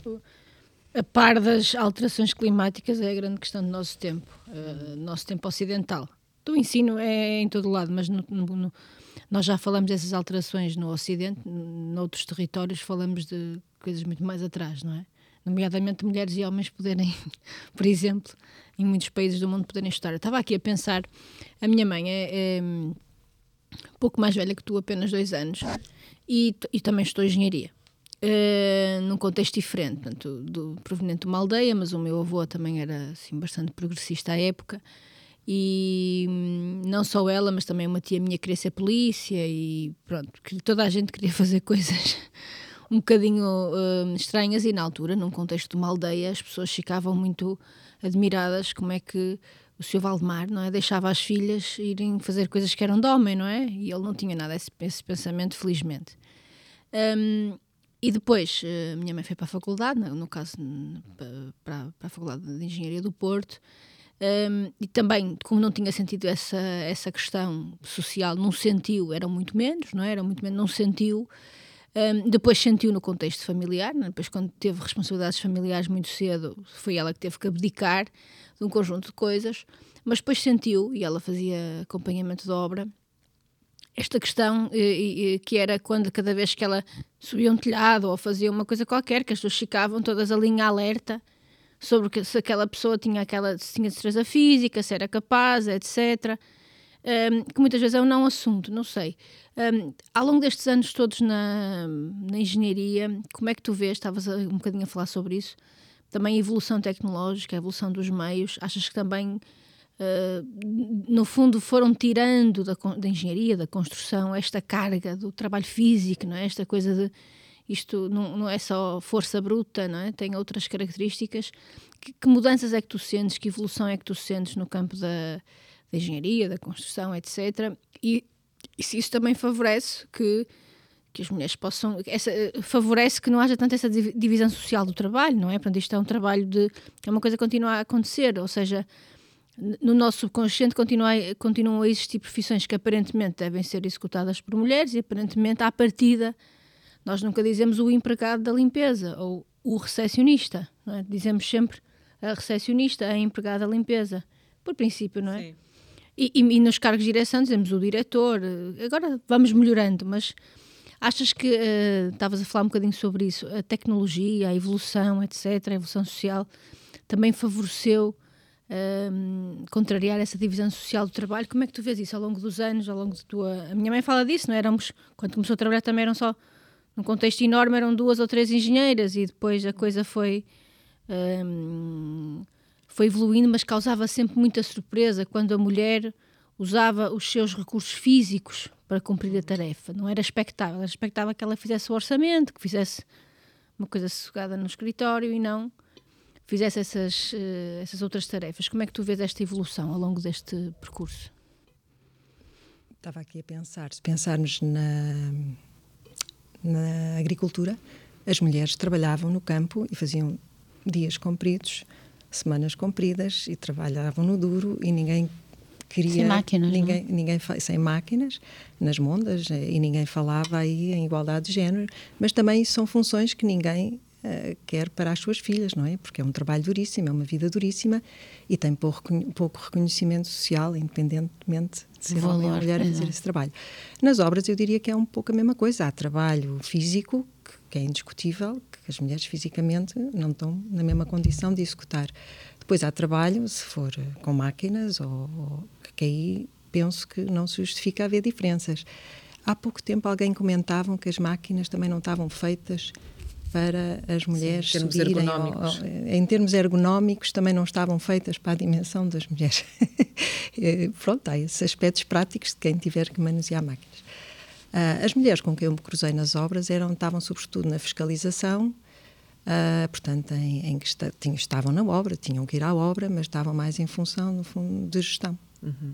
a par das alterações climáticas, é a grande questão do nosso tempo, uh, nosso tempo ocidental. O ensino é em todo lado, mas no, no, no, nós já falamos dessas alterações no Ocidente, noutros territórios falamos de coisas muito mais atrás, não é? Nomeadamente mulheres e homens poderem, por exemplo, em muitos países do mundo poderem estudar. Eu estava aqui a pensar, a minha mãe é, é pouco mais velha que tu, apenas dois anos, e, e também estou em engenharia. Uh, num contexto diferente, portanto, do, proveniente de uma aldeia, mas o meu avô também era assim, bastante progressista à época, e hum, não só ela, mas também uma tia minha queria ser polícia, e pronto, que toda a gente queria fazer coisas um bocadinho uh, estranhas, e na altura, num contexto de uma aldeia, as pessoas ficavam muito admiradas como é que o senhor Valdemar, não é, deixava as filhas irem fazer coisas que eram de homem, não é? E ele não tinha nada esse, esse pensamento, felizmente. Um, E depois, a minha mãe foi para a faculdade, no caso, para, para a Faculdade de Engenharia do Porto, um, e também, como não tinha sentido essa, essa questão social, não sentiu, era muito menos, não é? Era muito menos, não sentiu. Um, depois sentiu no contexto familiar, não é? Depois, quando teve responsabilidades familiares muito cedo, foi ela que teve que abdicar de um conjunto de coisas, mas depois sentiu, e ela fazia acompanhamento de obra, esta questão e, e, que era quando cada vez que ela subia um telhado ou fazia uma coisa qualquer, que as pessoas ficavam todas ali em alerta sobre que, se aquela pessoa tinha aquela, se tinha destreza física, se era capaz, etcétera. Um, que muitas vezes é um não assunto, não sei. Um, ao longo destes anos todos na, na engenharia, como é que tu vês, estavas a, um bocadinho a falar sobre isso, também a evolução tecnológica, a evolução dos meios, achas que também Uh, no fundo foram tirando da, da engenharia, da construção, esta carga do trabalho físico, não é? Esta coisa de isto não, não é só força bruta, não é? Tem outras características. Que, que mudanças é que tu sentes, que evolução é que tu sentes no campo da, da engenharia, da construção, etcétera. E, e se isso também favorece que, que as mulheres possam, essa, favorece que não haja tanto essa divisão social do trabalho, não é? Portanto, isto é um trabalho de, é uma coisa que continua a acontecer, ou seja, no nosso subconsciente continua, continuam a existir profissões que aparentemente devem ser executadas por mulheres e aparentemente à partida nós nunca dizemos o empregado da limpeza ou o recepcionista, não é? Dizemos sempre a recepcionista, a empregada da limpeza, por princípio, não é? Sim. E, e, e nos cargos de direção dizemos o diretor, agora vamos melhorando, mas achas que, uh, estavas a falar um bocadinho sobre isso, a tecnologia, a evolução, etcétera, a evolução social também favoreceu Um, contrariar essa divisão social do trabalho? Como é que tu vês isso ao longo dos anos, ao longo de tua... A minha mãe fala disso, não éramos, quando começou a trabalhar também eram só, num contexto enorme, eram duas ou três engenheiras e depois a coisa foi um, foi evoluindo, mas causava sempre muita surpresa quando a mulher usava os seus recursos físicos para cumprir a tarefa. Não era expectável, era expectável que ela fizesse o orçamento, que fizesse uma coisa sossegada no escritório e não fizesse essas, uh, essas outras tarefas. Como é que tu vês esta evolução ao longo deste percurso? Estava aqui a pensar, se pensarmos na, na agricultura, as mulheres trabalhavam no campo e faziam dias compridos, semanas compridas e trabalhavam no duro e ninguém queria... Sem máquinas, ninguém, não? ninguém Sem máquinas, nas mondas, e ninguém falava aí em igualdade de género, mas também são funções que ninguém... Uh, quer para as suas filhas, não é? Porque é um trabalho duríssimo, é uma vida duríssima e tem pouco, pouco reconhecimento social, independentemente de ser Valor, homem ou mulher a fazer exato. esse trabalho. Nas obras eu diria que é um pouco a mesma coisa. Há trabalho físico, que, que é indiscutível, que as mulheres fisicamente não estão na mesma condição de executar. Depois há trabalho, se for com máquinas, ou, ou que aí penso que não se justifica haver diferenças. Há pouco tempo alguém comentava que as máquinas também não estavam feitas para as mulheres Sim, em termos subirem, ergonómicos. Ou, ou, em termos ergonómicos também não estavam feitas para a dimensão das mulheres. Pronto, há esses aspectos práticos de quem tiver que manusear máquinas. Uh, as mulheres com quem eu me cruzei nas obras eram, estavam sobretudo na fiscalização, uh, portanto em, em que esta, tinham, estavam na obra, tinham que ir à obra, mas estavam mais em função, no fundo, de gestão. Uhum.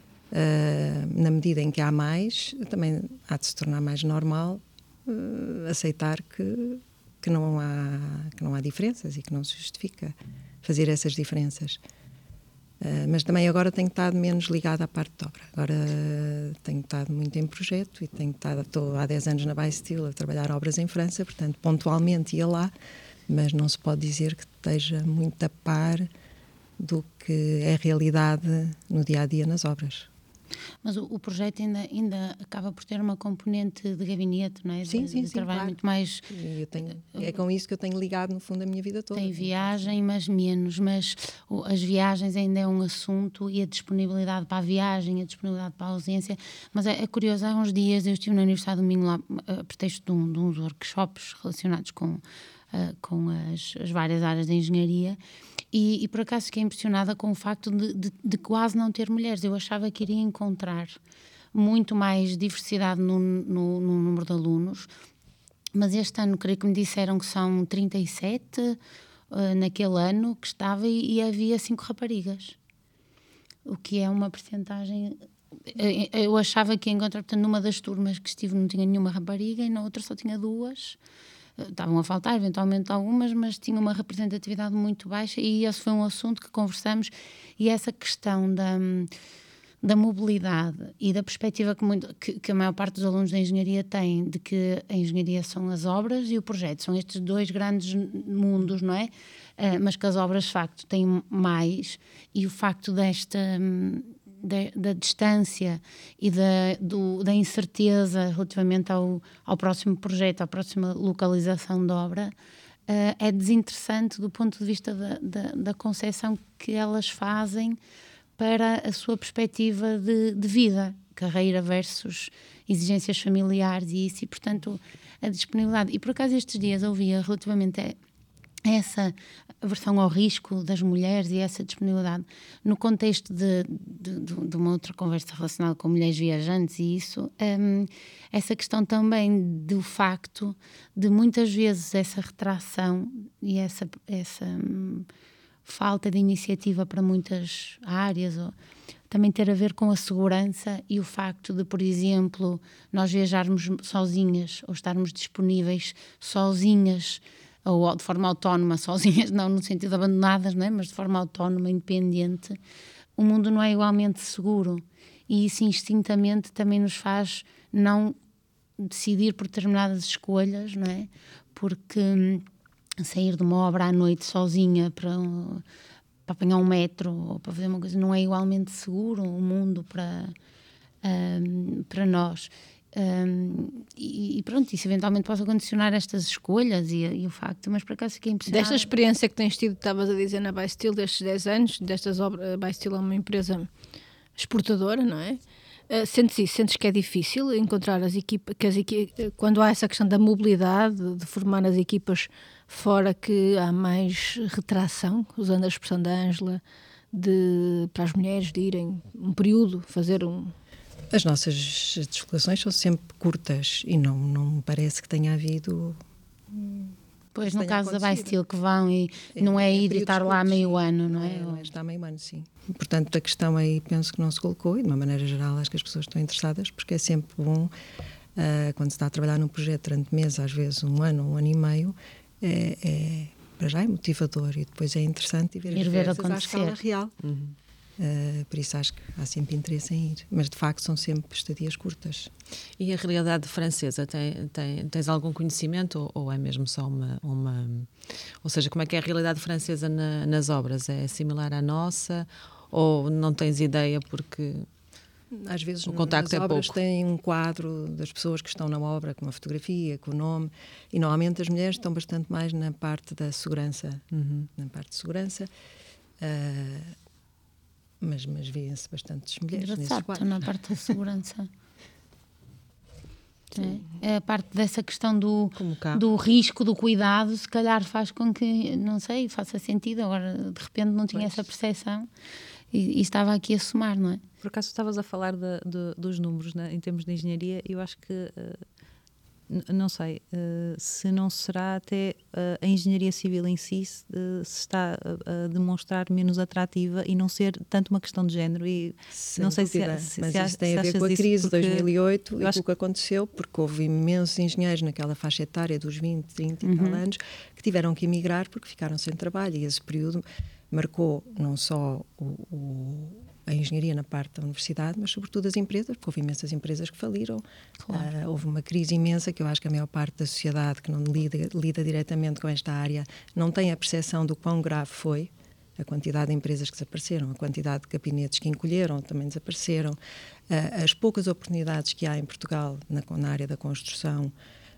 Uh, na medida em que há mais, também há de se tornar mais normal uh, aceitar que que não há, que não há diferenças e que não se justifica fazer essas diferenças. Uh, mas também agora tenho estado menos ligada à parte de obra. Agora uh, tenho estado muito em projeto e tenho estado, estou há dez anos na Bastille a trabalhar obras em França, portanto pontualmente ia lá, mas não se pode dizer que esteja muito a par do que é realidade no dia-a-dia nas obras. Mas o, o projeto ainda, ainda acaba por ter uma componente de gabinete, não é? Sim, de, sim, de sim, trabalho claro. muito mais... Eu tenho, é com isso que eu tenho ligado, no fundo, a minha vida toda. Tem viagem, mas menos. Mas o, as viagens ainda é um assunto, e a disponibilidade para a viagem, a disponibilidade para a ausência. Mas é, é curioso, há uns dias eu estive na Universidade do Minho, lá, a pretexto de, um, de uns workshops relacionados com, uh, com as, as várias áreas da engenharia, e, e por acaso fiquei impressionada com o facto de, de, de quase não ter mulheres. Eu achava que iria encontrar muito mais diversidade no, no, no número de alunos, mas este ano creio que me disseram que são trinta e sete uh, naquele ano que estava, e, e havia cinco raparigas, o que é uma percentagem. Eu achava que ia encontrar, portanto, numa das turmas que estive não tinha nenhuma rapariga, e na outra só tinha duas. Estavam a faltar eventualmente algumas, mas tinha uma representatividade muito baixa, e esse foi um assunto que conversamos. E essa questão da, da mobilidade e da perspectiva que, muito, que, que a maior parte dos alunos da engenharia tem, de que a engenharia são as obras e o projeto, são estes dois grandes mundos, não é? Uh, mas que as obras, de facto, têm mais, e o facto desta... Da, da distância e da, do, da incerteza relativamente ao, ao próximo projeto, à próxima localização da obra, uh, é desinteressante do ponto de vista da, da, da concepção que elas fazem para a sua perspectiva de, de vida, carreira versus exigências familiares e isso, e portanto a disponibilidade. E por acaso estes dias ouvia relativamente a essa aversão ao risco das mulheres e essa disponibilidade no contexto de, de, de uma outra conversa relacionada com mulheres viajantes e isso, um, essa questão também do facto de muitas vezes essa retração e essa, essa um, falta de iniciativa para muitas áreas, ou, também ter a ver com a segurança e o facto de, por exemplo, nós viajarmos sozinhas ou estarmos disponíveis sozinhas ou de forma autónoma, sozinhas, não no sentido de abandonadas, não é? Mas de forma autónoma, independente, o mundo não é igualmente seguro, e isso instintamente também nos faz não decidir por determinadas escolhas, não é? Porque hum, sair de uma obra à noite sozinha para, para apanhar um metro ou para fazer uma coisa não é igualmente seguro o mundo para, hum, para nós. Um, e, e pronto, isso eventualmente pode condicionar estas escolhas e, e o facto, mas por acaso fiquei impressionada. Desta experiência que tens tido, estavas a dizer na Bysteel, destes dez anos, destas obras, a Bysteel é uma empresa exportadora, não é? Uh, sentes isso? Sentes que é difícil encontrar as equipas, que as equi- quando há essa questão da mobilidade, de formar as equipas fora, que há mais retração, usando a expressão da Ângela, de, para as mulheres de irem um período, fazer um... As nossas deslocações são sempre curtas e não, não me parece que tenha havido... Pois, no caso da Bysteel, que vão e é, não é ir e estar lá meio ano, não é? Não é estar meio ano, sim. Portanto, a questão aí penso que não se colocou, e de uma maneira geral acho que as pessoas estão interessadas, porque é sempre bom, uh, quando se está a trabalhar num projeto durante meses, às vezes um ano, um ano e meio, é, é, para já é motivador, e depois é interessante ver as diversas à escala real. Uhum. Uh, por isso acho que há sempre interesse em ir, mas de facto são sempre estadias curtas. E a realidade francesa, tem, tem, tens algum conhecimento ou, ou é mesmo só uma, uma... Ou seja, como é que é a realidade francesa na, nas obras? É similar à nossa ou não tens ideia porque... Às vezes o contacto nas é obras pouco. Tem um quadro das pessoas que estão na obra, com uma fotografia, com o nome, e normalmente as mulheres estão bastante mais na parte da segurança, uhum. na parte de segurança, uh, mas, mas vêem-se bastantes mulheres nesses quadros. Na parte da segurança. É, é a parte dessa questão do, do risco, do cuidado, se calhar faz com que, não sei, faça sentido. Agora, de repente, não tinha pois. essa percepção e, e estava aqui a somar, não é? Por acaso estavas a falar de, de, dos números, né, em termos de engenharia, eu acho que, uh, não sei, uh, se não será até uh, a engenharia civil em si se, uh, se está a, a demonstrar menos atrativa e não ser tanto uma questão de género. E Sem não sei dúvida, é- se, se mas se isso tem a ver achas com a crise de dois mil e oito e acho... com o que aconteceu, porque houve imensos engenheiros naquela faixa etária dos vinte, trinta uhum. e tal anos que tiveram que emigrar porque ficaram sem trabalho, e esse período marcou não só o, o a engenharia na parte da universidade, mas sobretudo as empresas, porque houve imensas empresas que faliram. Claro. Uh, houve uma crise imensa que eu acho que a maior parte da sociedade que não lida, lida diretamente com esta área não tem a percepção do quão grave foi, A quantidade de empresas que desapareceram, a quantidade de gabinetes que encolheram também desapareceram, uh, as poucas oportunidades que há em Portugal na, na área da construção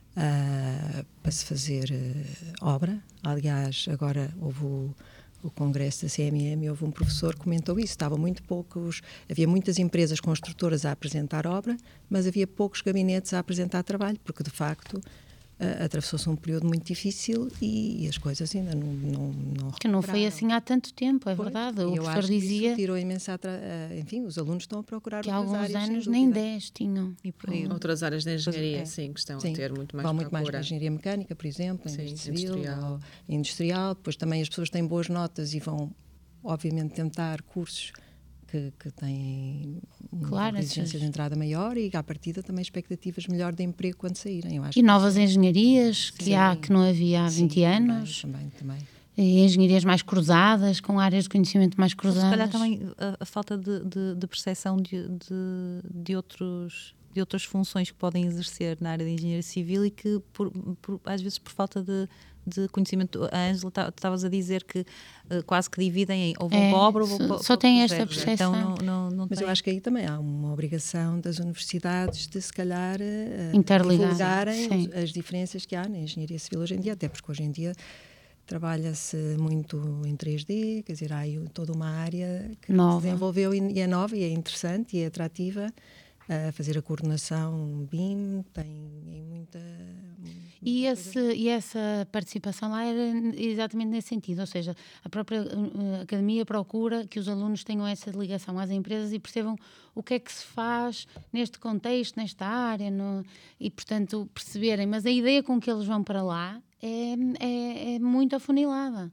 uh, para se fazer uh, obra. Aliás, agora houve o, o congresso da C M M e houve um professor que comentou isso, estava muito poucos, havia muitas empresas construtoras a apresentar obra, mas havia poucos gabinetes a apresentar trabalho, porque de facto Uh, atravessou-se um período muito difícil e, e as coisas ainda não não, não que não foi assim há tanto tempo, é pois, verdade. O professor dizia... tirou imensa... Uh, enfim, os alunos estão a procurar que há outras alguns áreas, anos nem dez tinham. E por aí, outras áreas da engenharia, é. sim, que estão sim, a ter muito mais vão procura. muito mais para a engenharia mecânica, por exemplo, sim, civil, industrial. industrial. Depois também as pessoas têm boas notas e vão, obviamente, tentar cursos que, que têm uma claro, exigência essas... de entrada maior e, à partida, também expectativas melhor de emprego quando saírem. Eu acho e que novas isso... engenharias que sim, há, que não havia há vinte sim, anos. Também, também, também. E engenharias mais cruzadas, com áreas de conhecimento mais cruzadas. Se calhar também a, a falta de, de, de percepção de, de, de, outros, de outras funções que podem exercer na área de engenharia civil e que, por, por, às vezes, por falta de, de conhecimento, a Ângela, estavas a dizer que uh, quase que dividem em ou vão é, para a obra ou vão só, para, só para tem projeto. esta percepção. Então, não, não, não Mas tem... eu acho que aí também há uma obrigação das universidades de, se calhar, interligar divulgarem as diferenças que há na engenharia civil hoje em dia, até porque hoje em dia trabalha-se muito em três D, quer dizer, há aí toda uma área que nova. se desenvolveu e é nova e é interessante e é atrativa. A fazer a coordenação B I M, tem, tem muita... muita e, esse, e essa participação lá era exatamente nesse sentido, ou seja, a própria uh, academia procura que os alunos tenham essa ligação às empresas e percebam o que é que se faz neste contexto, nesta área, no, e, portanto, perceberem. Mas a ideia com que eles vão para lá é, é, é muito afunilada.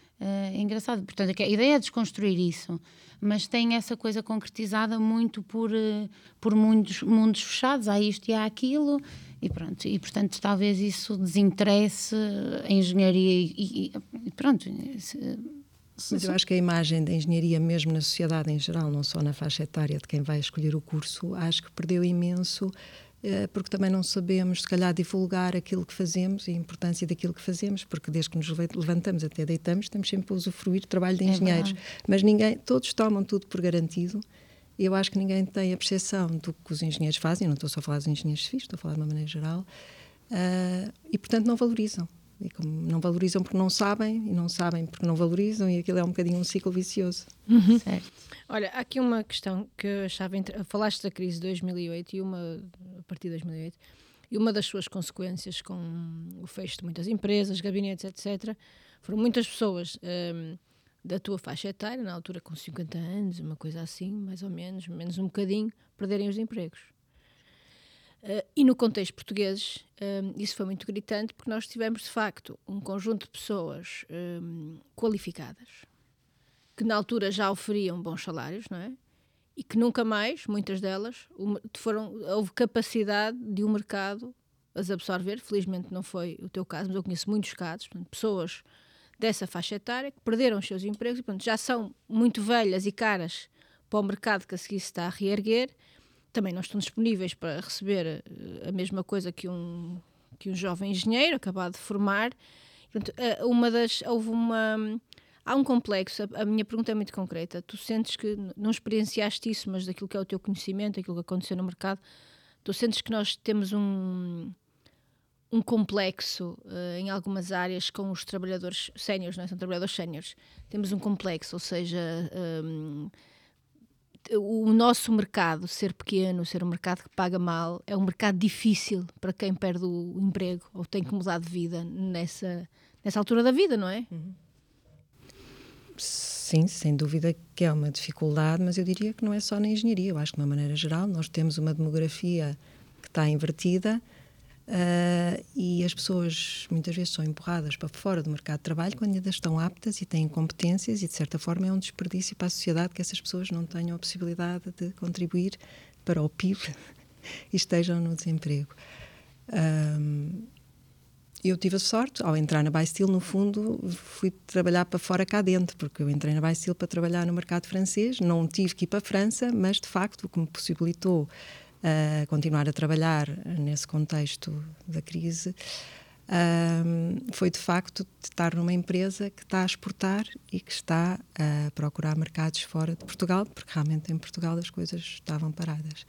É engraçado. Portanto, a ideia é desconstruir isso, mas tem essa coisa concretizada muito por, por muitos mundos fechados, há isto e há aquilo, e pronto, e portanto talvez isso desinteresse a engenharia e, e pronto. Mas eu acho que a imagem da engenharia, mesmo na sociedade em geral, não só na faixa etária de quem vai escolher o curso, acho que perdeu imenso, porque também não sabemos, se calhar, divulgar aquilo que fazemos e a importância daquilo que fazemos, porque desde que nos levantamos até deitamos, estamos sempre a usufruir do trabalho de engenheiros. É mas ninguém, todos tomam tudo por garantido. E eu acho que ninguém tem a percepção do que os engenheiros fazem. Eu não estou só a falar dos engenheiros civis, estou a falar de uma maneira geral. Uh, e, portanto, não valorizam. E como não valorizam porque não sabem, e não sabem porque não valorizam, e aquilo é um bocadinho um ciclo vicioso. Uhum. Certo. Olha, há aqui uma questão que eu achava... Entre... Falaste da crise de dois mil e oito, e uma, a partir de dois mil e oito, e uma das suas consequências com o fecho de muitas empresas, gabinetes, etcétera, foram muitas pessoas um, da tua faixa etária, na altura com cinquenta anos, uma coisa assim, mais ou menos, menos um bocadinho, perderem os empregos. Uh, e no contexto português, um, isso foi muito gritante, porque nós tivemos, de facto, um conjunto de pessoas um, qualificadas, que na altura já oferiam bons salários, não é? E que nunca mais, muitas delas, foram, houve capacidade de o mercado as absorver. Felizmente não foi o teu caso, mas eu conheço muitos casos, portanto, pessoas dessa faixa etária que perderam os seus empregos e, portanto, já são muito velhas e caras para o mercado que a seguir se está a reerguer. Também não estão disponíveis para receber a mesma coisa que um, que um jovem engenheiro acabado de formar. Portanto, uma das, houve uma, há um complexo. A, a minha pergunta é muito concreta. Tu sentes que, não experienciaste isso, mas daquilo que é o teu conhecimento, aquilo que aconteceu no mercado, tu sentes que nós temos um, um complexo uh, em algumas áreas com os trabalhadores séniores, não é? São trabalhadores séniores. Temos um complexo, ou seja... Um, o nosso mercado ser pequeno, ser um mercado que paga mal, é um mercado difícil para quem perde o emprego ou tem que mudar de vida nessa, nessa altura da vida, não é? Uhum. Sim, sem dúvida que é uma dificuldade, mas eu diria que não é só na engenharia. Eu acho que de uma maneira geral nós temos uma demografia que está invertida uh, e as pessoas muitas vezes são empurradas para fora do mercado de trabalho quando ainda estão aptas e têm competências, e de certa forma é um desperdício para a sociedade que essas pessoas não tenham a possibilidade de contribuir para o P I B e estejam no desemprego. Um, eu tive a sorte, ao entrar na Bastille, no fundo, fui trabalhar para fora cá dentro, porque eu entrei na Bastille para trabalhar no mercado francês, não tive que ir para a França, mas de facto o que me possibilitou a continuar a trabalhar nesse contexto da crise um, foi de facto de estar numa empresa que está a exportar e que está a procurar mercados fora de Portugal, porque realmente em Portugal as coisas estavam paradas.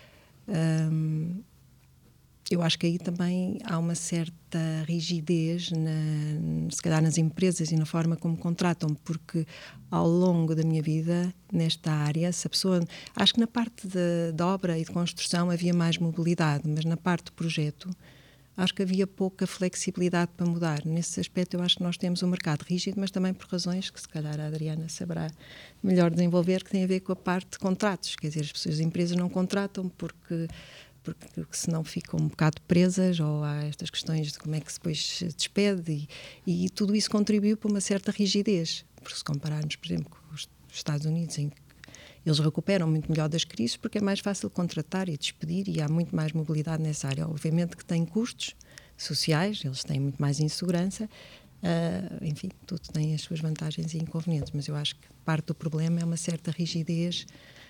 Um, eu acho que aí também há uma certa rigidez, na, se calhar nas empresas e na forma como contratam, porque ao longo da minha vida nesta área, se a pessoa, acho que na parte de, de obra e de construção havia mais mobilidade, mas na parte do projeto acho que havia pouca flexibilidade para mudar. Nesse aspecto eu acho que nós temos um mercado rígido, mas também por razões que se calhar a Adriana saberá melhor desenvolver, que tem a ver com a parte de contratos, quer dizer, as pessoas, as empresas não contratam porque porque senão ficam um bocado presas, ou há estas questões de como é que se depois se despede, e, e tudo isso contribuiu para uma certa rigidez, porque se compararmos, por exemplo, com os Estados Unidos, em que eles recuperam muito melhor das crises, porque é mais fácil contratar e despedir, e há muito mais mobilidade nessa área. Obviamente que tem custos sociais, eles têm muito mais insegurança, uh, enfim, tudo tem as suas vantagens e inconvenientes, mas eu acho que parte do problema é uma certa rigidez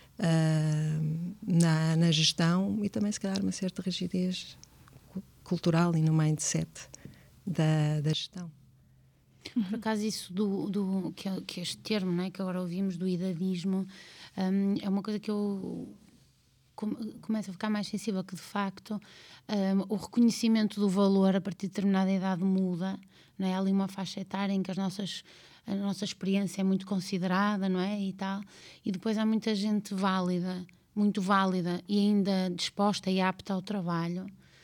Uh, na, na gestão, e também se calhar uma certa rigidez cultural e no mindset da, da gestão. Por acaso isso do, do que, que este termo, não é, que agora ouvimos, do idadismo, um, é uma coisa que eu começo a ficar mais sensível, que de facto um, o reconhecimento do valor a partir de determinada idade muda, não é? Há ali uma faixa etária em que as nossas a nossa experiência é muito considerada, não é? E tal. E depois há muita gente válida, muito válida e ainda disposta e apta ao trabalho,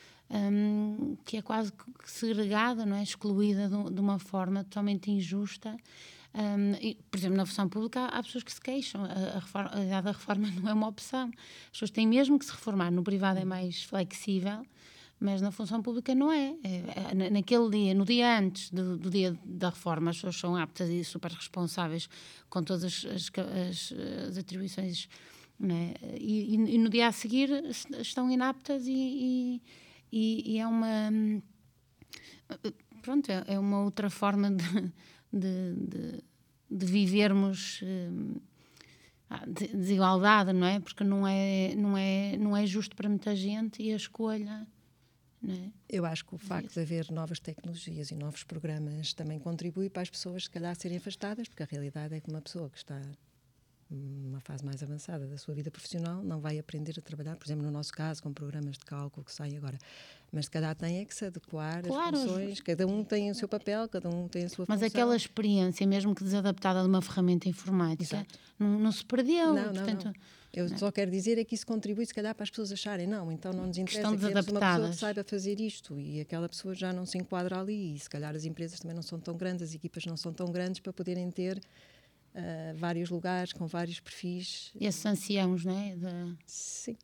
um, que é quase que segregada, não é? Excluída de, de uma forma totalmente injusta. Um, e, por exemplo, na função pública há, há pessoas que se queixam, a, a, reforma, a idade da reforma não é uma opção. As pessoas têm mesmo que se reformar. No privado é mais flexível, mas na função pública não é. é, é naquele dia, no dia antes do, do dia da reforma, as pessoas são aptas e super responsáveis com todas as, as, as, as atribuições, né? e, e, e no dia a seguir estão inaptas, e, e, e é uma pronto, é, é uma outra forma de, de, de, de vivermos de desigualdade, não é? Porque não é, não é, não é justo para muita gente, e a escolha. É? Eu acho que o facto de haver novas tecnologias e novos programas também contribui para as pessoas, se calhar, serem afastadas, porque a realidade é que uma pessoa que está numa fase mais avançada da sua vida profissional não vai aprender a trabalhar, por exemplo, no nosso caso, com programas de cálculo que saem agora. Mas, se calhar, tem é que se adequar claro, às funções, cada um tem o seu papel, cada um tem a sua mas função. Mas aquela experiência, mesmo que desadaptada de uma ferramenta informática, não, não se perdeu. Não, portanto, não, não. Eu não. só quero dizer é que isso contribui, se calhar, para as pessoas acharem, não, então não nos interessa que temos uma pessoa que saiba fazer isto, e aquela pessoa já não se enquadra ali, e se calhar as empresas também não são tão grandes, as equipas não são tão grandes para poderem ter uh, vários lugares com vários perfis. E esses anciãos, não é? De... Sim.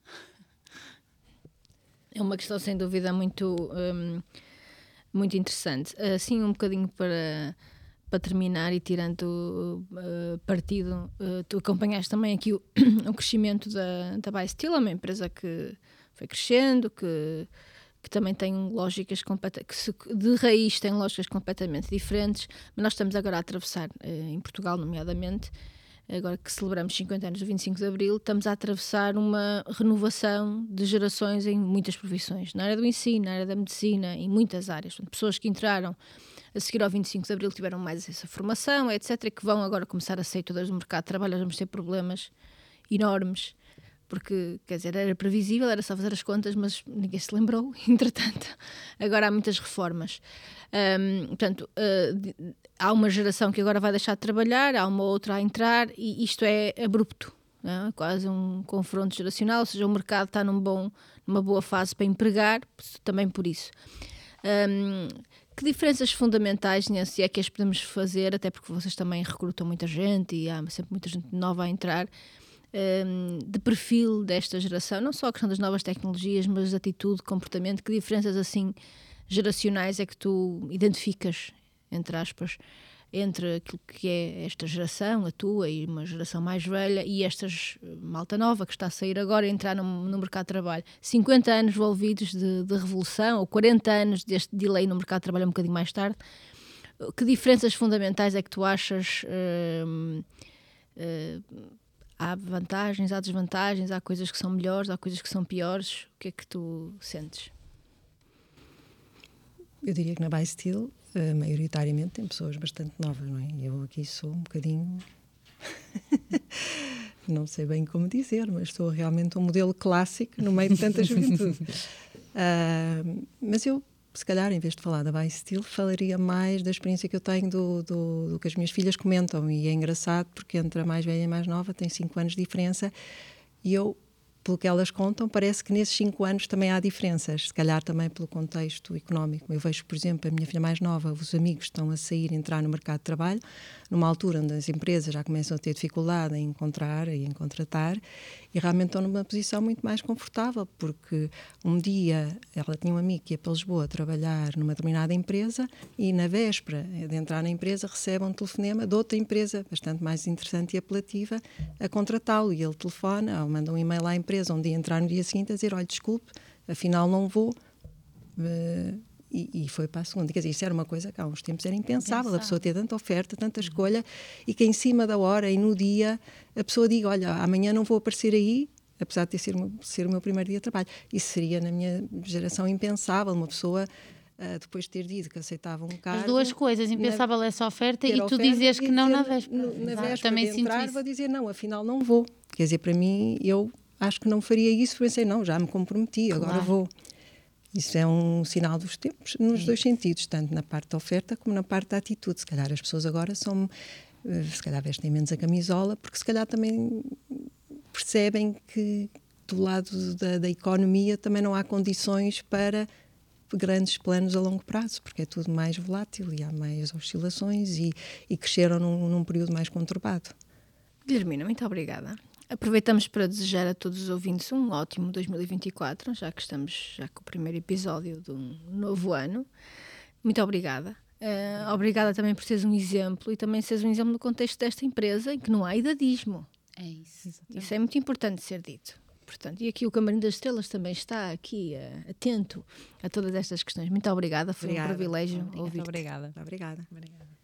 É uma questão, sem dúvida, muito, um, muito interessante. Assim, um bocadinho para... para terminar e tirando uh, partido, uh, tu acompanhaste também aqui o, o crescimento da, da BySteel, é uma empresa que foi crescendo, que, que também tem lógicas que se, de raiz tem lógicas completamente diferentes, mas nós estamos agora a atravessar, uh, em Portugal nomeadamente, agora que celebramos cinquenta anos do vinte e cinco de Abril, estamos a atravessar uma renovação de gerações em muitas profissões, na área do ensino, na área da medicina, em muitas áreas. Portanto, pessoas que entraram a seguir ao vinte e cinco de Abril tiveram mais essa formação, etcétera, que vão agora começar a sair todas do mercado de trabalho. Nós vamos ter problemas enormes, porque, quer dizer, era previsível, era só fazer as contas, mas ninguém se lembrou, entretanto. Agora há muitas reformas. Um, portanto, uh, há uma geração que agora vai deixar de trabalhar, há uma outra a entrar, e isto é abrupto, não é? Quase um confronto geracional, ou seja, o mercado está num bom, numa boa fase para empregar, também por isso. Um, que diferenças fundamentais, né, se é que as podemos fazer, até porque vocês também recrutam muita gente e há sempre muita gente nova a entrar, um, de perfil desta geração, não só a questão das novas tecnologias, mas atitude, comportamento, que diferenças assim geracionais é que tu identificas, entre aspas, entre aquilo que é esta geração, a tua e uma geração mais velha, e esta malta nova que está a sair agora e entrar no, no mercado de trabalho. cinquenta anos envolvidos de, de revolução, ou quarenta anos deste delay no mercado de trabalho um bocadinho mais tarde. Que diferenças fundamentais é que tu achas? Uh, uh, há vantagens, há desvantagens, há coisas que são melhores, há coisas que são piores. O que é que tu sentes? Eu diria que na Bysteel, uh, maioritariamente, tem pessoas bastante novas, não é? Eu aqui sou um bocadinho... não sei bem como dizer, mas sou realmente um modelo clássico no meio de tanta juventude. uh, mas eu, se calhar, em vez de falar da Bysteel, falaria mais da experiência que eu tenho do, do, do que as minhas filhas comentam. E é engraçado porque entre a mais velha e a mais nova tem cinco anos de diferença e eu, pelo que elas contam, parece que nesses cinco anos também há diferenças, se calhar também pelo contexto económico. Eu vejo, por exemplo, a minha filha mais nova, os amigos estão a sair, entrar no mercado de trabalho, numa altura onde as empresas já começam a ter dificuldade em encontrar e em contratar, e realmente estão numa posição muito mais confortável, porque um dia ela tinha um amigo que ia para Lisboa trabalhar numa determinada empresa e na véspera de entrar na empresa recebe um telefonema de outra empresa, bastante mais interessante e apelativa, a contratá-lo, e ele telefona ou manda um e-mail à empresa onde ia entrar no dia seguinte a dizer, olha, desculpe, afinal não vou, uh, e, e foi para a segunda. Quer dizer, isso era uma coisa que há uns tempos era impensável, a pessoa ter tanta oferta, tanta escolha, e que em cima da hora e no dia a pessoa diga, olha, amanhã não vou aparecer aí, apesar de ter sido ser o meu primeiro dia de trabalho. Isso seria, na minha geração, impensável, uma pessoa... Uh, depois de ter dito que aceitava um cargo... As duas coisas, impensável na, essa oferta e tu oferta, dizes que não dizer, na véspera. No, na véspera também de entrar, isso. vou dizer não, afinal não vou. Quer dizer, para mim, eu acho que não faria isso, pensei, não, já me comprometi, claro. Agora vou. Isso é um sinal dos tempos, nos é. dois sentidos, tanto na parte da oferta como na parte da atitude. Se calhar as pessoas agora são, se calhar vestem menos a camisola, porque se calhar também percebem que do lado da, da economia também não há condições para grandes planos a longo prazo, porque é tudo mais volátil e há mais oscilações e, e cresceram num, num período mais conturbado. Guilhermina, muito obrigada. Aproveitamos para desejar a todos os ouvintes um ótimo dois mil e vinte e quatro, já que estamos já com o primeiro episódio de um novo ano. Muito obrigada. Uh, obrigada também por seres um exemplo e também seres um exemplo no contexto desta empresa em que não há idadismo. É isso. Exatamente. Isso é muito importante ser dito. Portanto, e aqui o Camarim das Estrelas também está aqui uh, atento a todas estas questões. Muito obrigada, foi obrigada. um privilégio ouvir-te. Obrigada. Obrigada. Obrigada.